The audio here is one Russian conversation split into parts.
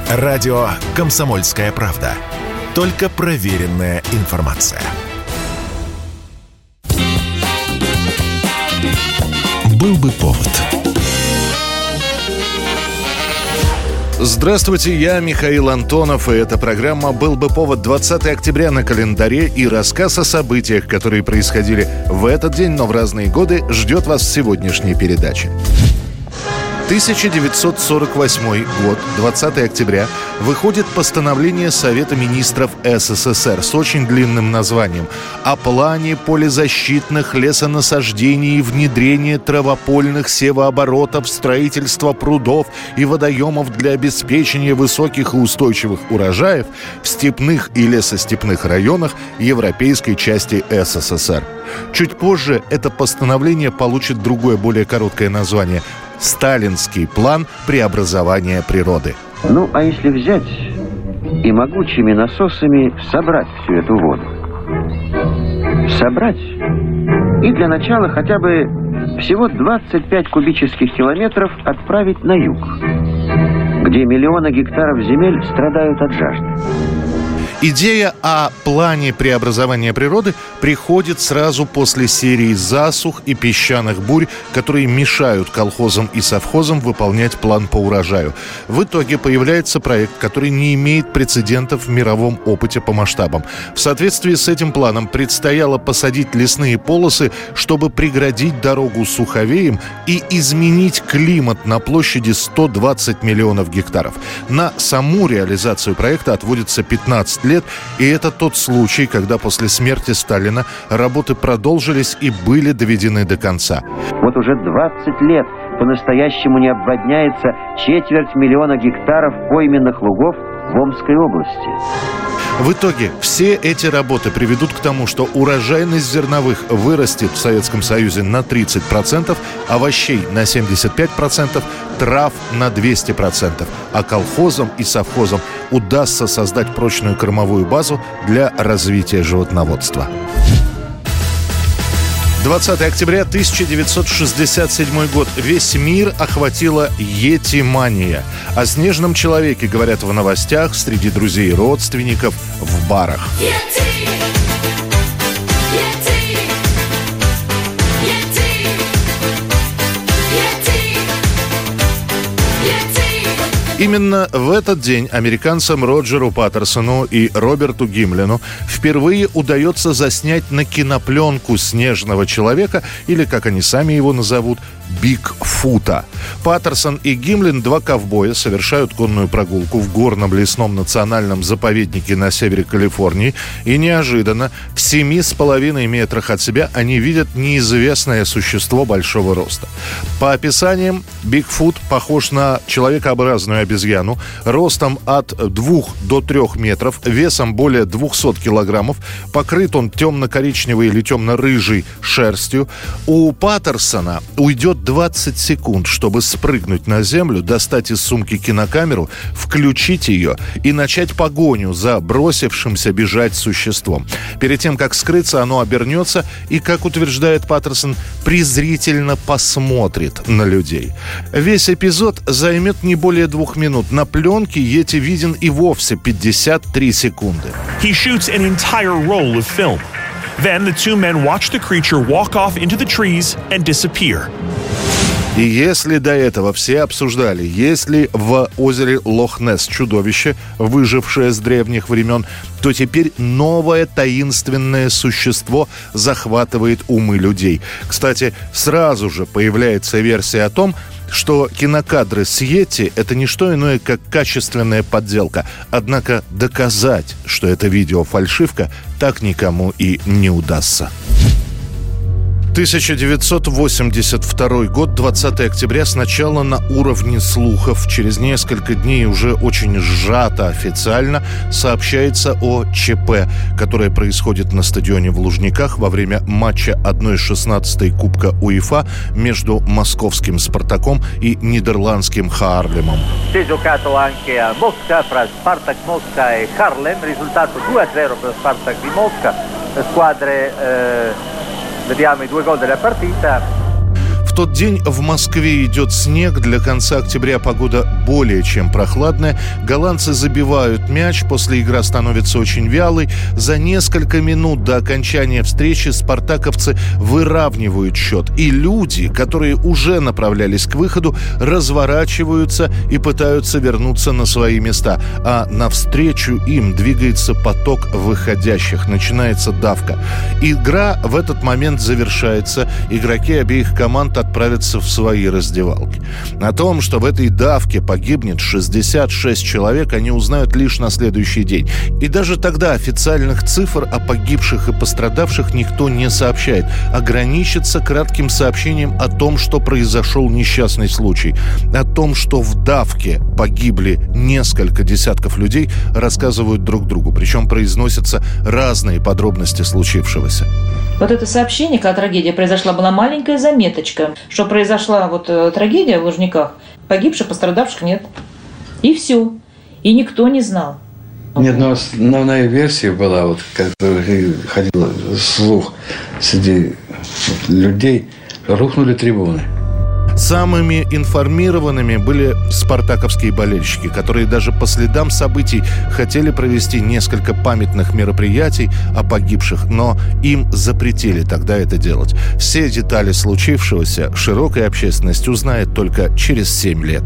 Радио «Комсомольская правда». Только проверенная информация. Был бы повод. Здравствуйте, я Михаил Антонов, и эта программа «Был бы повод». 20 октября на календаре, и рассказ о событиях, которые происходили в этот день, но в разные годы, ждет вас в сегодняшней передаче. 1948 год, 20 октября, выходит постановление Совета министров СССР с очень длинным названием «О плане полезащитных лесонасаждений и внедрения травопольных севооборотов, строительства прудов и водоемов для обеспечения высоких и устойчивых урожаев в степных и лесостепных районах европейской части СССР». Чуть позже это постановление получит другое, более короткое название – «Сталинский план преобразования природы». Ну, а если взять и могучими насосами собрать всю эту воду? Собрать и для начала хотя бы всего 25 кубических километров отправить на юг, где миллионы гектаров земель страдают от жажды. Идея о плане преобразования природы приходит сразу после серии засух и песчаных бурь, которые мешают колхозам и совхозам выполнять план по урожаю. В итоге появляется проект, который не имеет прецедентов в мировом опыте по масштабам. В соответствии с этим планом предстояло посадить лесные полосы, чтобы преградить дорогу суховеям и изменить климат на площади 120 миллионов гектаров. На саму реализацию проекта отводится 15 лет, и это тот случай, когда после смерти Сталина работы продолжились и были доведены до конца. Вот уже 20 лет по-настоящему не обводняется 250 000 гектаров пойменных лугов в Омской области. В итоге все эти работы приведут к тому, что урожайность зерновых вырастет в Советском Союзе на 30%, овощей на 75%, трав на 200%, а колхозам и совхозам удастся создать прочную кормовую базу для развития животноводства. 20 октября 1967 год. Весь мир охватила йети-мания. О снежном человеке говорят в новостях, среди друзей и родственников, в барах. Именно в этот день американцам Роджеру Паттерсону и Роберту Гимлину впервые удается заснять на кинопленку снежного человека, или, как они сами его назовут, Бигфута. Паттерсон и Гимлин, два ковбоя, совершают конную прогулку в горном лесном национальном заповеднике на севере Калифорнии, и неожиданно в 7,5 метрах от себя они видят неизвестное существо большого роста. По описаниям, Бигфут похож на человекообразную обезьяну, ростом от 2 до 3 метров, весом более 200 килограммов, покрыт он темно-коричневой или темно-рыжей шерстью. У Паттерсона уйдет 20 секунд, чтобы спрыгнуть на землю, достать из сумки кинокамеру, включить ее и начать погоню за бросившимся бежать существом. Перед тем, как скрыться, оно обернется и, как утверждает Паттерсон, презрительно посмотрит на людей. Весь эпизод займет не более 2 минут. На пленке йети виден и вовсе 53 секунды. He shoots an entire roll of film. Then the two men watch the creature walk off into the trees and disappear. И если до этого все обсуждали, есть ли в озере Лох-Несс чудовище, выжившее с древних времен, то теперь новое таинственное существо захватывает умы людей. Кстати, сразу же появляется версия о том, что кинокадры с йети – это не что иное, как качественная подделка. Однако доказать, что это видео фальшивка, так никому и не удастся. 1982 год, 20 октября, сначала на уровне слухов, через несколько дней уже очень сжато официально сообщается о ЧП, которое происходит на стадионе в Лужниках во время матча 1/16 Кубка УЕФА между московским «Спартаком» и нидерландским «Хаарлемом». Si è giocato anche a Mosca fra Spartak Mosca e Haarlem, risultato 2-0 per Spartak di Mosca, le squadre vediamo i 2 gol della partita. В тот день в Москве идет снег. Для конца октября погода более чем прохладная. Голландцы забивают мяч. После игры становится очень вялой. За несколько минут до окончания встречи спартаковцы выравнивают счет. И люди, которые уже направлялись к выходу, разворачиваются и пытаются вернуться на свои места. А навстречу им двигается поток выходящих. Начинается давка. Игра в этот момент завершается. Игроки обеих команд отправятся в свои раздевалки. О том, что в этой давке погибнет 66 человек, они узнают лишь на следующий день. И даже тогда официальных цифр о погибших и пострадавших никто не сообщает. Ограничится кратким сообщением о том, что произошел несчастный случай. О том, что в давке погибли несколько десятков людей, рассказывают друг другу. Причем произносятся разные подробности случившегося. Вот это сообщение, когда трагедия произошла, была маленькая заметочка, что произошла трагедия в Лужниках, погибших, пострадавших нет. И все. И никто не знал. Нет, но основная версия была, которая ходила слух среди людей, рухнули трибуны. Самыми информированными были спартаковские болельщики, которые даже по следам событий хотели провести несколько памятных мероприятий о погибших, но им запретили тогда это делать. Все детали случившегося широкая общественность узнает только через 7 лет.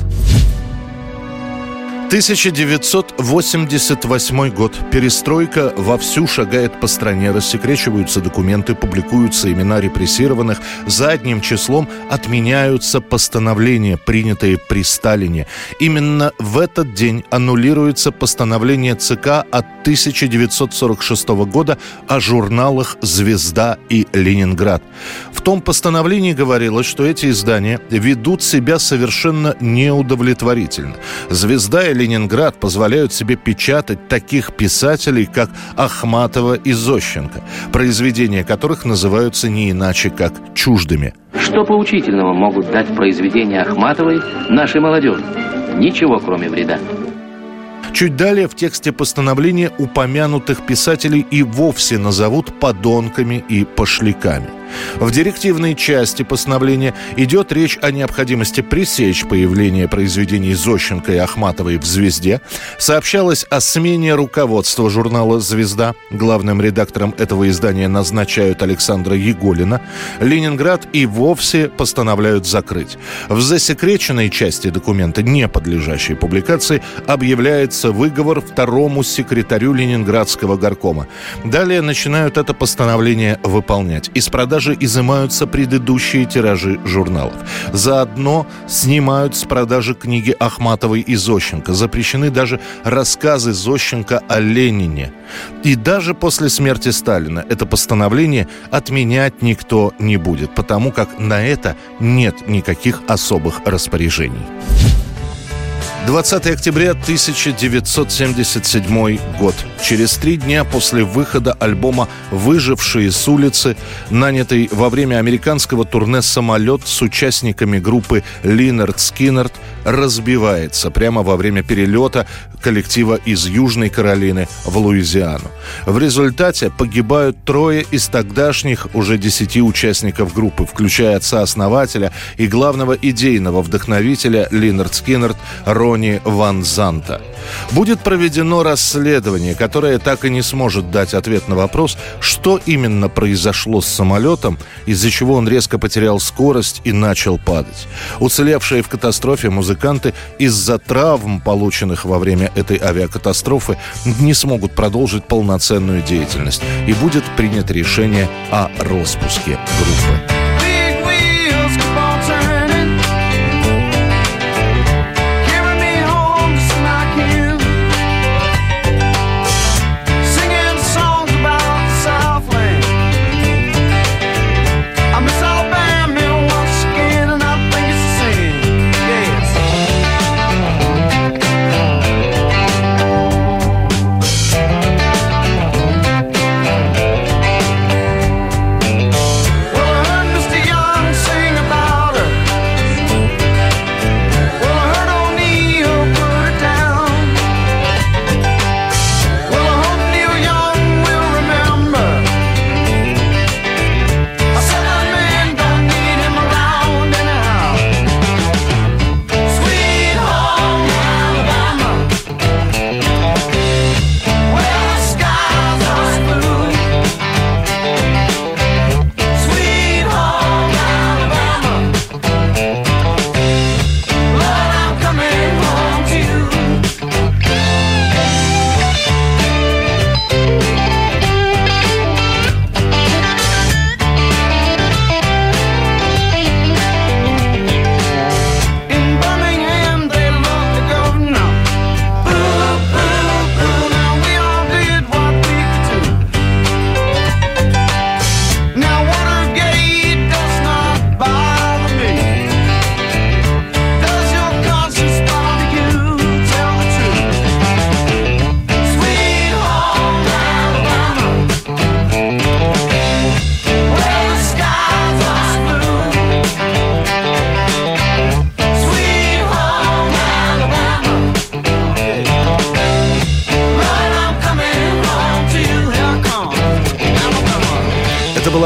1988 год. Перестройка вовсю шагает по стране. Рассекречиваются документы, публикуются имена репрессированных. Задним числом отменяются постановления, принятые при Сталине. Именно в этот день аннулируется постановление ЦК от 1946 года о журналах «Звезда» и «Ленинград». В том постановлении говорилось, что эти издания ведут себя совершенно неудовлетворительно. «Звезда» и «Ленинград» позволяют себе печатать таких писателей, как Ахматова и Зощенко, произведения которых называются не иначе, как чуждыми. Что поучительного могут дать произведения Ахматовой нашей молодежи? Ничего, кроме вреда. Чуть далее в тексте постановления упомянутых писателей и вовсе назовут подонками и пошляками. В директивной части постановления идет речь о необходимости пресечь появление произведений Зощенко и Ахматовой в «Звезде». Сообщалось о смене руководства журнала «Звезда». Главным редактором этого издания назначают Александра Еголина. «Ленинград» и вовсе постановляют закрыть. В засекреченной части документа, не подлежащей публикации, объявляется выговор второму секретарю Ленинградского горкома. Далее начинают это постановление выполнять. Из продажи изымаются предыдущие тиражи журналов. Заодно снимают с продажи книги Ахматовой и Зощенко. Запрещены даже рассказы Зощенко о Ленине. И даже после смерти Сталина это постановление отменять никто не будет, потому как на это нет никаких особых распоряжений. 20 октября 1977 год. Через 3 дня после выхода альбома «Выжившие с улицы», нанятый во время американского турне самолет с участниками группы Линард Скиннерд разбивается прямо во время перелета коллектива из Южной Каролины в Луизиану. В результате погибают 3 из тогдашних уже 10 участников группы, включая отца-основателя и главного идейного вдохновителя Линард Скиннерд Ронни Ван Занта. Будет проведено расследование, которое так и не сможет дать ответ на вопрос, что именно произошло с самолетом, из-за чего он резко потерял скорость и начал падать. Уцелевшие в катастрофе музыканты из-за травм, полученных во время этой авиакатастрофы, не смогут продолжить полноценную деятельность. И будет принято решение о распуске группы.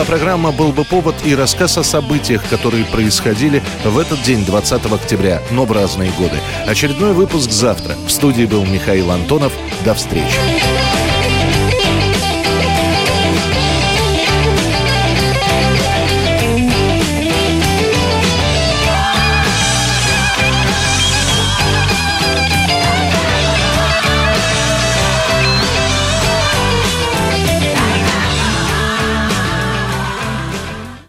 программа «Был бы повод» и рассказ о событиях, которые происходили в этот день, 20 октября, но в разные годы. Очередной выпуск завтра. В студии был Михаил Антонов. До встречи.